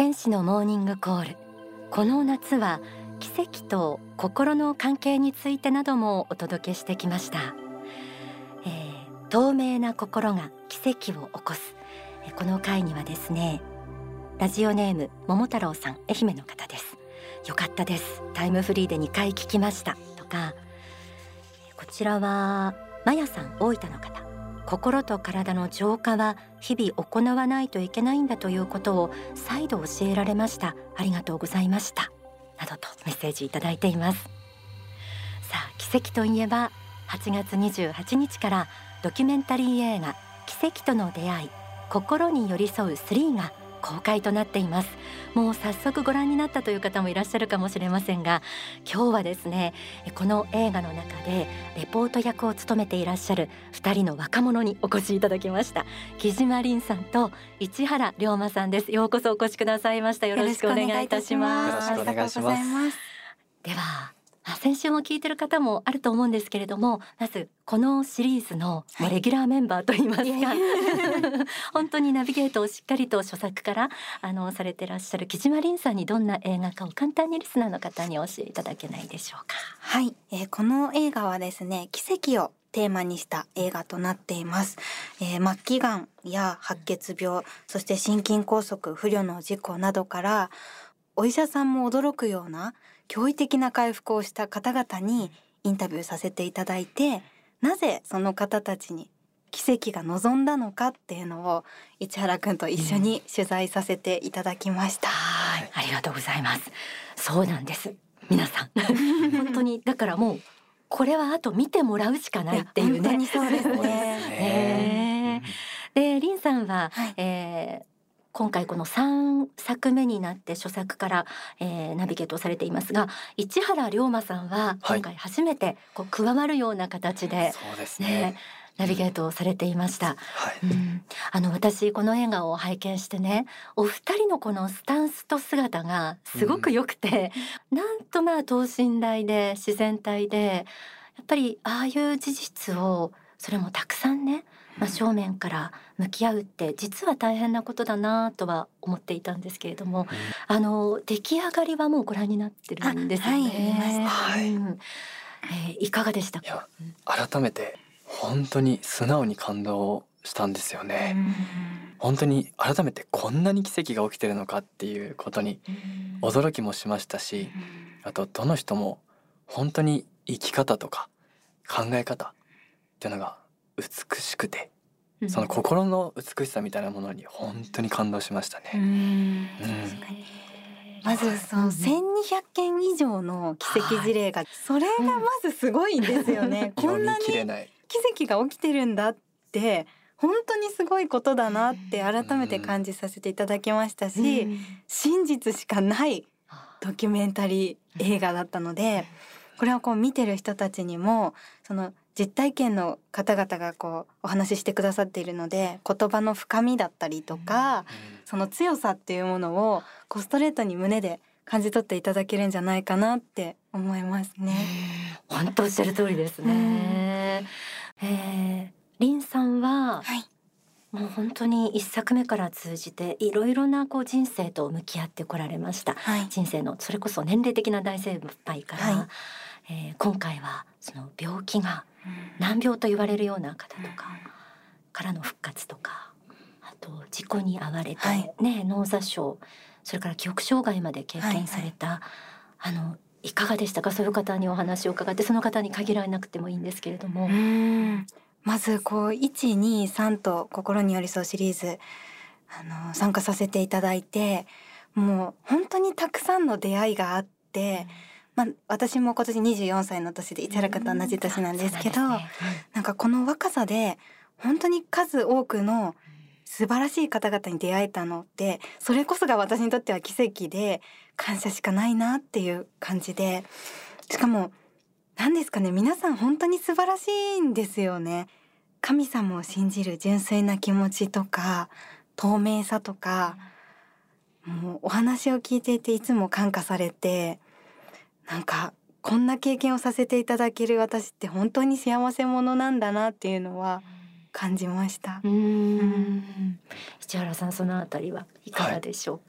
天使のモーニングコール。この夏は奇跡と心の関係についてなどもお届けしてきました。透明な心が奇跡を起こす。この回にはですね、ラジオネーム桃太郎さん、愛媛の方です。よかったです、タイムフリーで2回聞きましたとか、こちらはまやさん、大分の方、心と体の浄化は日々行わないといけないんだということを再度教えられました。ありがとうございましたなどとメッセージいただいています。さあ、奇跡といえば8月28日からドキュメンタリー映画奇跡との出会い、心に寄り添う3が公開となっています。もう早速ご覧になったという方もいらっしゃるかもしれませんが、今日はですね、この映画の中でレポート役を務めていらっしゃる2人の若者にお越しいただきました。木島凛さんと市原龍馬さんです。ようこそお越しくださいました。よろしくお願いいたします。 よろしくお願いします。 では先週も聞いてる方もあると思うんですけれども、まずこのシリーズのレギュラーメンバーといいますか、本当にナビゲートをしっかりと初作からされてらっしゃる木島凛さんにどんな映画かを簡単にリスナーの方に教えていただけないでしょうか。 はい、この映画はですね、奇跡をテーマにした映画となっています。末期がんや白血病、そして心筋梗塞、不慮の事故などからお医者さんも驚くような驚異的な回復をした方々にインタビューさせていただいて、なぜその方たちに奇跡が望んだのかっていうのを市原くんと一緒に取材させていただきました。 はい、ありがとうございます。そうなんです、皆さん本当にだからもうこれはあと見てもらうしかないっていうね。 本当にそうですね。 で、凛さんは、今回この3作目になって初作から、ナビゲートされていますが、市原龍馬さんは今回初めて加わるような形で、 そうですね、 ナビゲートをされていました。 はい、 私この映画を拝見してね、お二人のこのスタンスと姿がすごく良くて、なんと等身大で自然体で、やっぱりああいう事実をそれもたくさんね、正面から向き合うって実は大変なことだなとは思っていたんですけれども、出来上がりはもうご覧になってるんですよね。いかがでしたか？ 改めて本当に素直に感動したんですよね。本当に改めてこんなに奇跡が起きてるのかっていうことに驚きもしましたし、あとどの人も本当に生き方とか考え方っていうのが美しくて、その心の美しさみたいなものに本当に感動しましたね。 まずその1200件以上の奇跡事例が、それがまずすごいんですよね。こんなに奇跡が起きてるんだって本当にすごいことだなって改めて感じさせていただきましたし、真実しかないドキュメンタリー映画だったので、これを見てる人たちにもその実体験の方々がお話ししてくださっているので、言葉の深みだったりとか、その強さっていうものをストレートに胸で感じ取っていただけるんじゃないかなって思いますね。 本当おっしゃる通りですね。凛さんは、もう本当に1作目から通じていろいろな人生と向き合ってこられました。人生のそれこそ年齢的な大先輩から、今回はその病気が難病と言われるような方とかからの復活とか、あと事故に遭われて、脳挫傷、それから記憶障害まで経験された、いかがでしたか？そういう方にお話を伺って、その方に限らなくてもいいんですけれども。 まず1、2、3と心に寄り添うシリーズ参加させていただいて、もう本当にたくさんの出会いがあって、私も今年24歳の年で市原君と同じ年なんですけど、なんかこの若さで本当に数多くの素晴らしい方々に出会えたのって、それこそが私にとっては奇跡で感謝しかないなっていう感じで、しかも何ですかね、皆さん本当に素晴らしいんですよね。神様を信じる純粋な気持ちとか透明さとか、もうお話を聞いていていつも感化されて、なんかこんな経験をさせていただける私って本当に幸せ者なんだなっていうのは感じました。 市原さん、そのあたりはいかがでしょうか？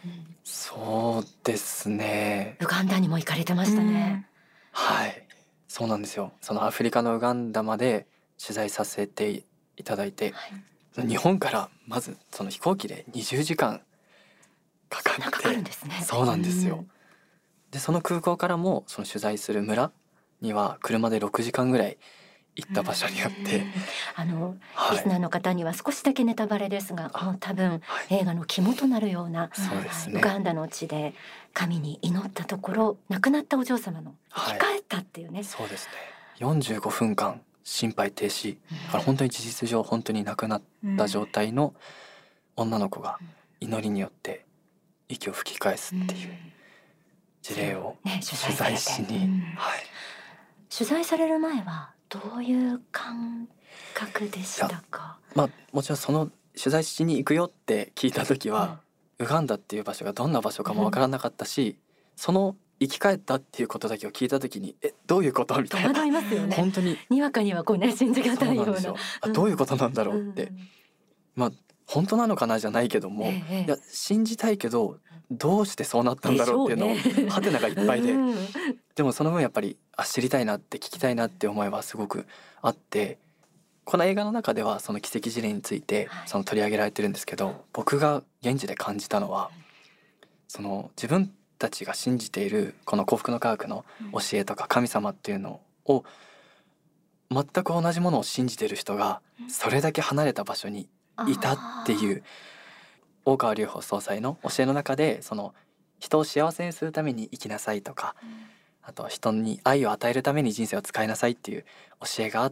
そうですね。 ウガンダにも行かれてましたね。 はい、そうなんですよ。そのアフリカのウガンダまで取材させていただいて、日本からまずその飛行機で20時間かかって、 かかるんですね。 そうなんですよ。でその空港からもその取材する村には車で6時間ぐらい行った場所にあって、 リスナーの方には少しだけネタバレですが、もう多分映画の肝となるような、 そうですね、 ウガンダの地で神に祈ったところ亡くなったお嬢様の生き返ったっていうね、 そうですね。45分間心肺停止、だから本当に事実上本当に亡くなった状態の女の子が祈りによって息を吹き返すっていう事例を取材しに、取材される前はどういう感覚でしたか？ もちろんその取材しに行くよって聞いた時は、ウガンダっていう場所がどんな場所かもわからなかったし、その生き返ったっていうことだけを聞いた時にどういうことみたいな、 戸惑いますよね。 本当ににわかにはこうね、信じがたいような、 どういうことなんだろうって、本当なのかなじゃないけども、いや信じたいけどどうしてそうなったんだろうっていうのをハテナがいっぱいで、でもその分やっぱり知りたいなって聞きたいなって思いはすごくあって、この映画の中ではその奇跡事例についてその取り上げられてるんですけど、僕が現地で感じたのは、その自分たちが信じているこの幸福の科学の教えとか神様っていうのを全く同じものを信じている人がそれだけ離れた場所にいたっていう、大川隆法総裁の教えの中で、その人を幸せにするために生きなさいとか、あと人に愛を与えるために人生を使いなさいっていう教えがあって、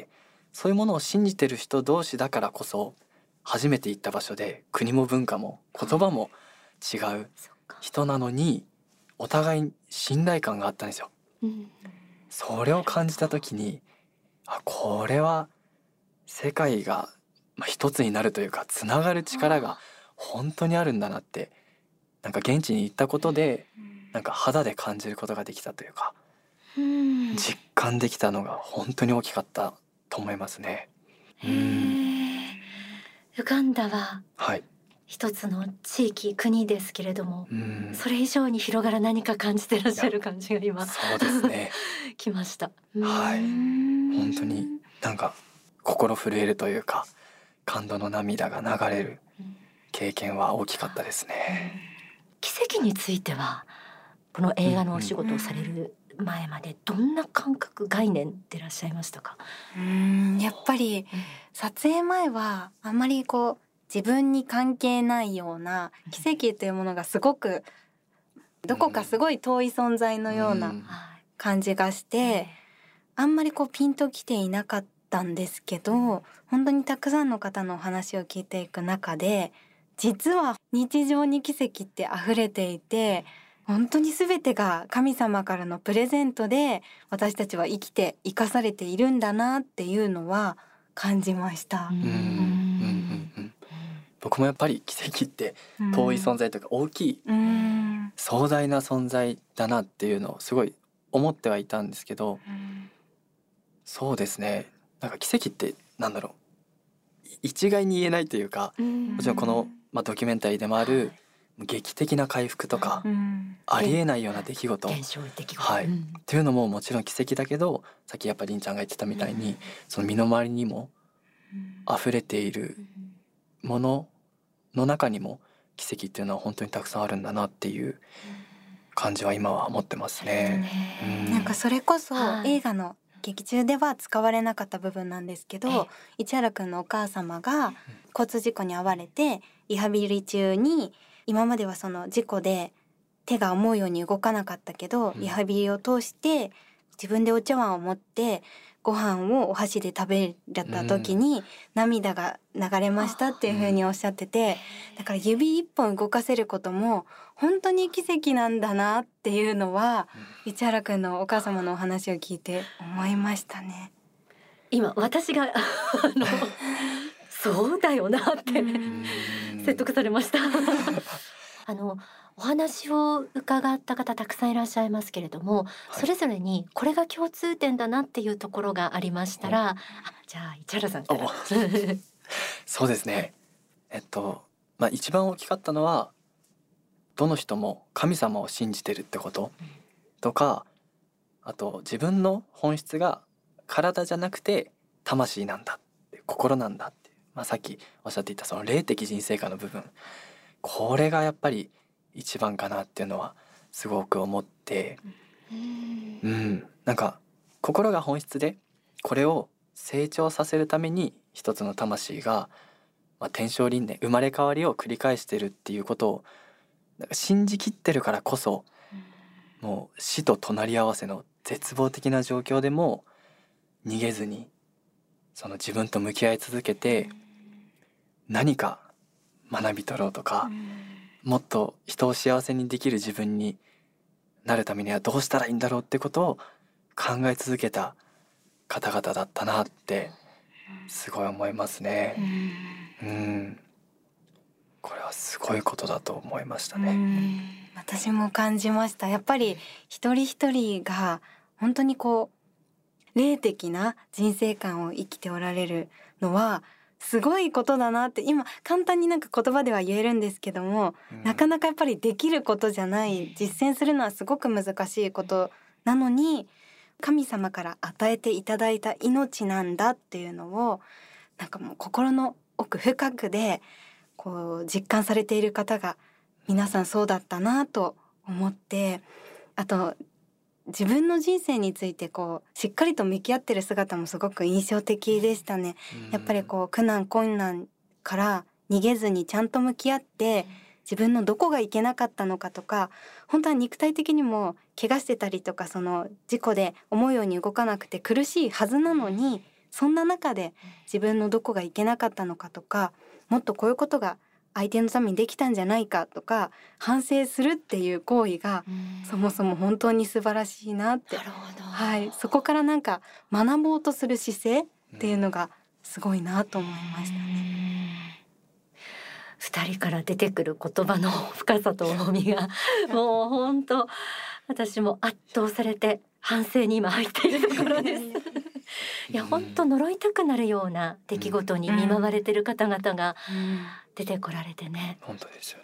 そういうものを信じてる人同士だからこそ初めて行った場所で国も文化も言葉も違う人なのにお互い信頼感があったんですよ。それを感じた時に、これは世界が一つになるというかつながる力が本当にあるんだなって、なんか現地に行ったことでなんか肌で感じることができたというか、実感できたのが本当に大きかったと思いますね。 ウガンダは一つの地域国ですけれども、それ以上に広がる何か感じてらっしゃる感じが今そうですね来ました。 本当になんか心震えるというか感動の涙が流れる経験は大きかったですね。 奇跡についてはこの映画のお仕事をされる前までどんな感覚概念でいらっしゃいましたか？ やっぱり撮影前はあんまり自分に関係ないような奇跡というものがすごくどこかすごい遠い存在のような感じがして、あんまりピンときていなかったんですけど、本当にたくさんの方のお話を聞いていく中で、実は日常に奇跡って溢れていて、本当に全てが神様からのプレゼントで私たちは生かされているんだなっていうのは感じました。 僕もやっぱり奇跡って遠い存在というか大きい壮大な存在だなっていうのをすごい思ってはいたんですけど、そうですね、なんか奇跡ってなんだろう、一概に言えないというか、もちろんこの、ドキュメンタリーでもある劇的な回復とか、ありえないような出来事、っていうのももちろん奇跡だけど、さっきやっぱりりんちゃんが言ってたみたいに、その身の回りにも溢れているものの中にも奇跡っていうのは本当にたくさんあるんだなっていう感じは今は思ってますね。 なんかそれこそ映画の劇中では使われなかった部分なんですけど、市原くんのお母様が交通事故に遭われてリハビリ中に、今まではその事故で手が思うように動かなかったけど、リハビリを通して自分でお茶碗を持ってご飯をお箸で食べれた時に涙が流れましたっていう風におっしゃってて、だから指一本動かせることも本当に奇跡なんだなっていうのは、市原くんのお母様のお話を聞いて思いましたね。 今私がそうだよなって説得されましたお話を伺った方たくさんいらっしゃいますけれども、それぞれにこれが共通点だなっていうところがありましたら、じゃあ市原さんからそうですね、一番大きかったのはどの人も神様を信じてるってこととか、あと自分の本質が体じゃなくて魂なんだって、心なんだって、さっきおっしゃっていたその霊的人生観の部分、これがやっぱり一番かなっていうのはすごく思って、なんか心が本質で、これを成長させるために一つの魂が、天正輪廻、生まれ変わりを繰り返してるっていうことをなんか信じきってるからこそ、もう死と隣り合わせの絶望的な状況でも逃げずに、その自分と向き合い続けて、何か学び取ろうとか、もっと人を幸せにできる自分になるためにはどうしたらいいんだろうってことを考え続けた方々だったなってすごい思いますね。これはすごいことだと思いましたね。 私も感じました。やっぱり一人一人が本当に霊的な人生観を生きておられるのはすごいことだなって、今簡単になんか言葉では言えるんですけども、なかなかやっぱりできることじゃない、実践するのはすごく難しいことなのに、神様から与えていただいた命なんだっていうのをなんかもう心の奥深くで実感されている方が皆さんそうだったなと思って、あと自分の人生についてしっかりと向き合ってる姿もすごく印象的でしたね。やっぱり苦難困難から逃げずにちゃんと向き合って、自分のどこがいけなかったのかとか、本当は肉体的にも怪我してたりとか、その事故で思うように動かなくて苦しいはずなのに、そんな中で自分のどこがいけなかったのかとか、もっとこういうことが相手のためにできたんじゃないかとか反省するっていう行為がそもそも本当に素晴らしいなって、そこからなんか学ぼうとする姿勢っていうのがすごいなと思いましたね。 2人から出てくる言葉の深さと重みがもう本当私も圧倒されて反省に今入っているところですいや本当呪いたくなるような出来事に見舞われてる方々が出てこられてね、 本当ですよ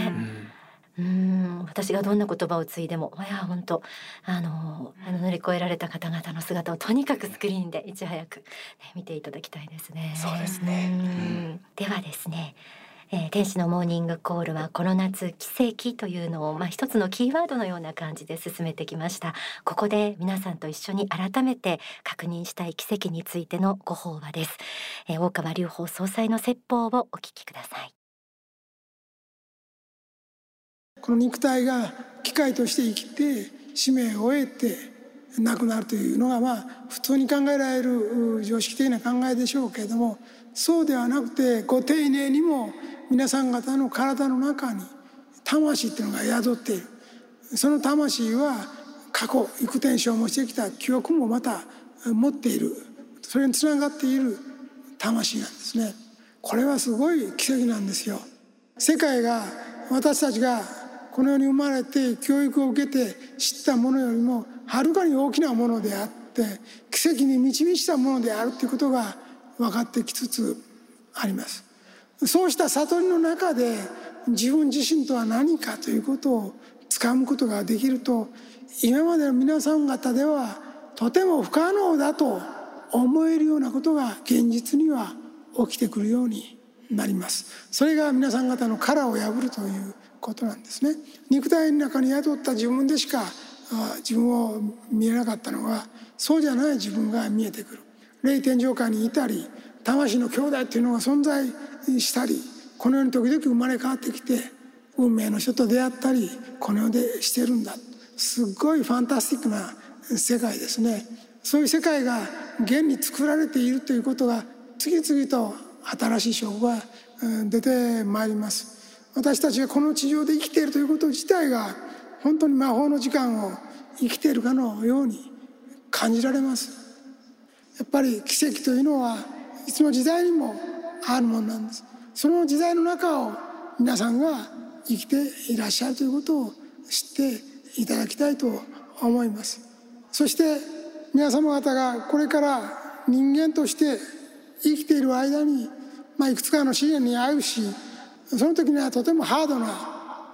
ね。 私がどんな言葉を継いでも、いや本当乗り越えられた方々の姿をとにかくスクリーンでいち早く、見ていただきたいですね。 そうですね。 ではですね、天使のモーニングコールはこの夏奇跡というのを、一つのキーワードのような感じで進めてきました。ここで皆さんと一緒に改めて確認したい奇跡についてのご法話です。大川隆法総裁の説法をお聞きください。 この肉体が機械として生きて使命を終えて亡くなるというのが普通に考えられる常識的な考えでしょうけれども、そうではなくてご丁寧にも皆さん方の体の中に魂っていうのが宿っている。その魂は過去幾転生もしてきた記憶もまた持っている。それにつながっている魂なんですね。これはすごい奇跡なんですよ。世界が、私たちがこの世に生まれて教育を受けて知ったものよりもはるかに大きなものであって、奇跡に満ち満ちたものであるということが分かってきつつあります。そうした悟りの中で自分自身とは何かということをつかむことができると、今までの皆さん方ではとても不可能だと思えるようなことが現実には起きてくるようになります。それが皆さん方の殻を破るということなんですね。肉体の中に宿った自分でしか自分を見えなかったのが、そうじゃない自分が見えてくる。霊天上界にいたり、魂の兄弟というのが存在したり、この世に時々生まれ変わってきて運命の人と出会ったりこの世でしてるんだ。すごいファンタスティックな世界ですね。そういう世界が現に作られているということが、次々と新しい証拠が出てまいります。私たちがこの地上で生きているということ自体が本当に魔法の時間を生きているかのように感じられます。やっぱり奇跡というのはいつの時代にもあるものなんです。その時代の中を皆さんが生きていらっしゃるということを知っていただきたいと思います。そして皆様方がこれから人間として生きている間に、いくつかの試練に遭うし、その時にはとてもハードな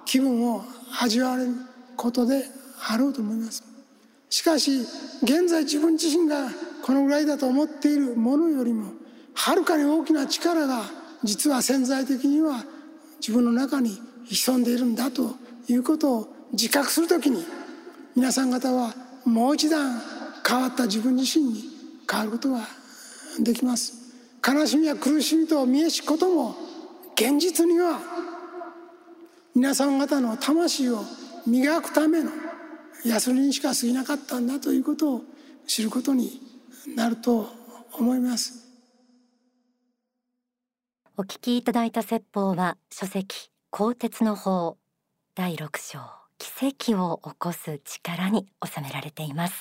気分を味わわれることであろうと思います。しかし現在自分自身がこのぐらいだと思っているものよりもはるかに大きな力が実は潜在的には自分の中に潜んでいるんだということを自覚するときに、皆さん方はもう一段変わった自分自身に変わることができます。悲しみや苦しみと見えしことも現実には皆さん方の魂を磨くためのヤスリにしか過ぎなかったんだということを知ることになると思います。 お聞きいただいた説法は書籍鋼鉄の法第6章奇跡を起こす力に収められています。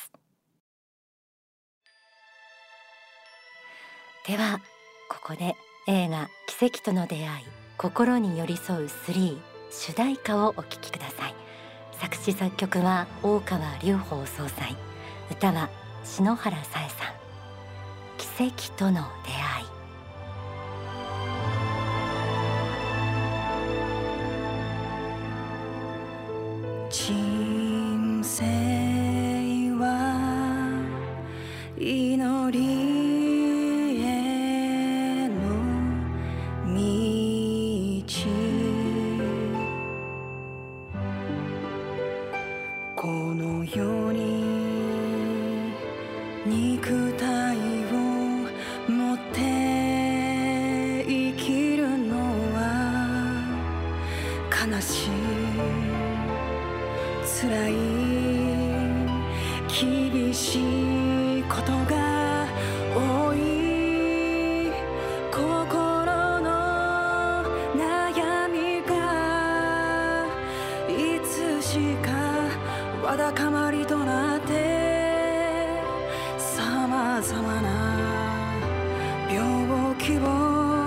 ではここで映画奇跡との出会い心に寄り添う3主題歌をお聴きください。作詞作曲は大川隆法総裁、歌は篠原さえさん。奇跡との出会い。 人生は祈りへの道、この世に肉体を持って生きるのは悲しい辛い厳しいことが多い、心の悩みがいつしかわだかまりとなってさまざまな病気を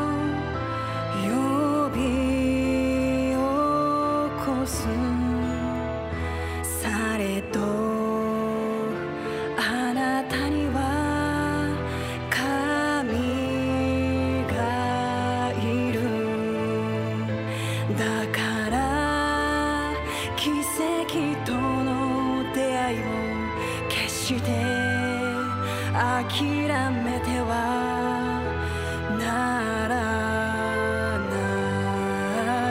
呼び起こす。されどあなたには神がいる。だから奇跡との出会いを決して諦めてはならない。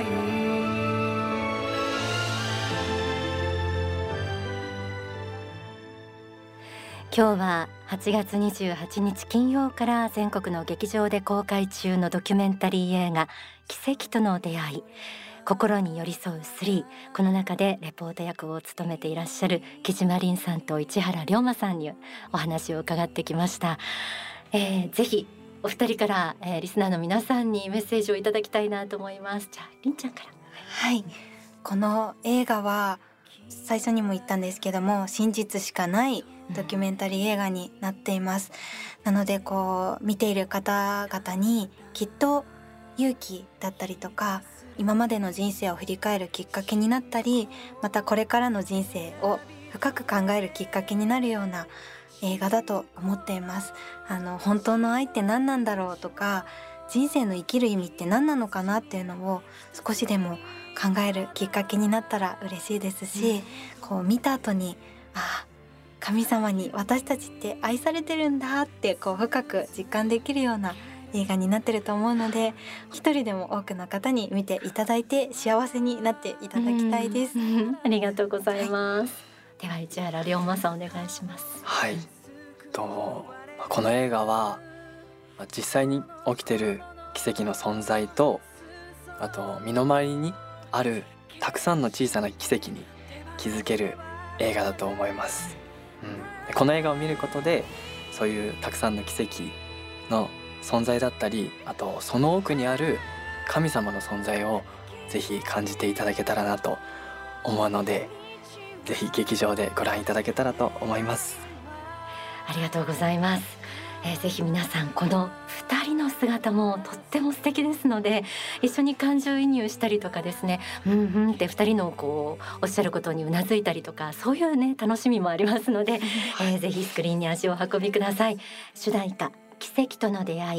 今日は8月28日金曜から全国の劇場で公開中のドキュメンタリー映画奇跡との出会い心に寄り添う3、この中でレポート役を務めていらっしゃる木島凛さんと市原龍馬さんにお話を伺ってきました。ぜひお二人から、リスナーの皆さんにメッセージをいただきたいなと思います。じゃあ凛ちゃんから。 はい、この映画は最初にも言ったんですけども真実しかないドキュメンタリー映画になっています。なのでこう見ている方々にきっと勇気だったりとか今までの人生を振り返るきっかけになったり、またこれからの人生を深く考えるきっかけになるような映画だと思っています。本当の愛って何なんだろうとか人生の生きる意味って何なのかなっていうのを少しでも考えるきっかけになったら嬉しいですし、こう見た後に神様に私たちって愛されてるんだってこう深く実感できるような映画になってると思うので、一人でも多くの方に見ていただいて幸せになっていただきたいです。 ありがとうございます。では市原龍馬さんお願いします。 はい、この映画は実際に起きてる奇跡の存在と、あと身の回りにあるたくさんの小さな奇跡に気づける映画だと思います。この映画を見ることでそういうたくさんの奇跡の存在だったり、あとその奥にある神様の存在をぜひ感じていただけたらなと思うので、ぜひ劇場でご覧いただけたらと思います。 ありがとうございます。ぜひ皆さんこの2人の姿もとっても素敵ですので、一緒に感情移入したりとかですね、って2人のこうおっしゃることにうなずいたりとか、そういうね楽しみもありますので、ぜひスクリーンに足を運びください。主題歌奇跡との出会い、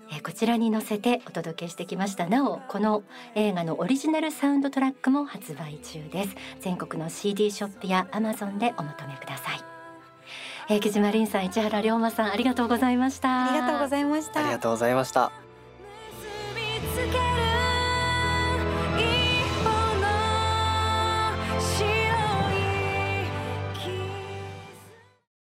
こちらに載せてお届けしてきました。なおこの映画のオリジナルサウンドトラックも発売中です。全国の CD ショップや Amazon でお求めください。木島凛さん、市原龍馬さん、ありがとうございました。 ありがとうございました。 ありがとうございました。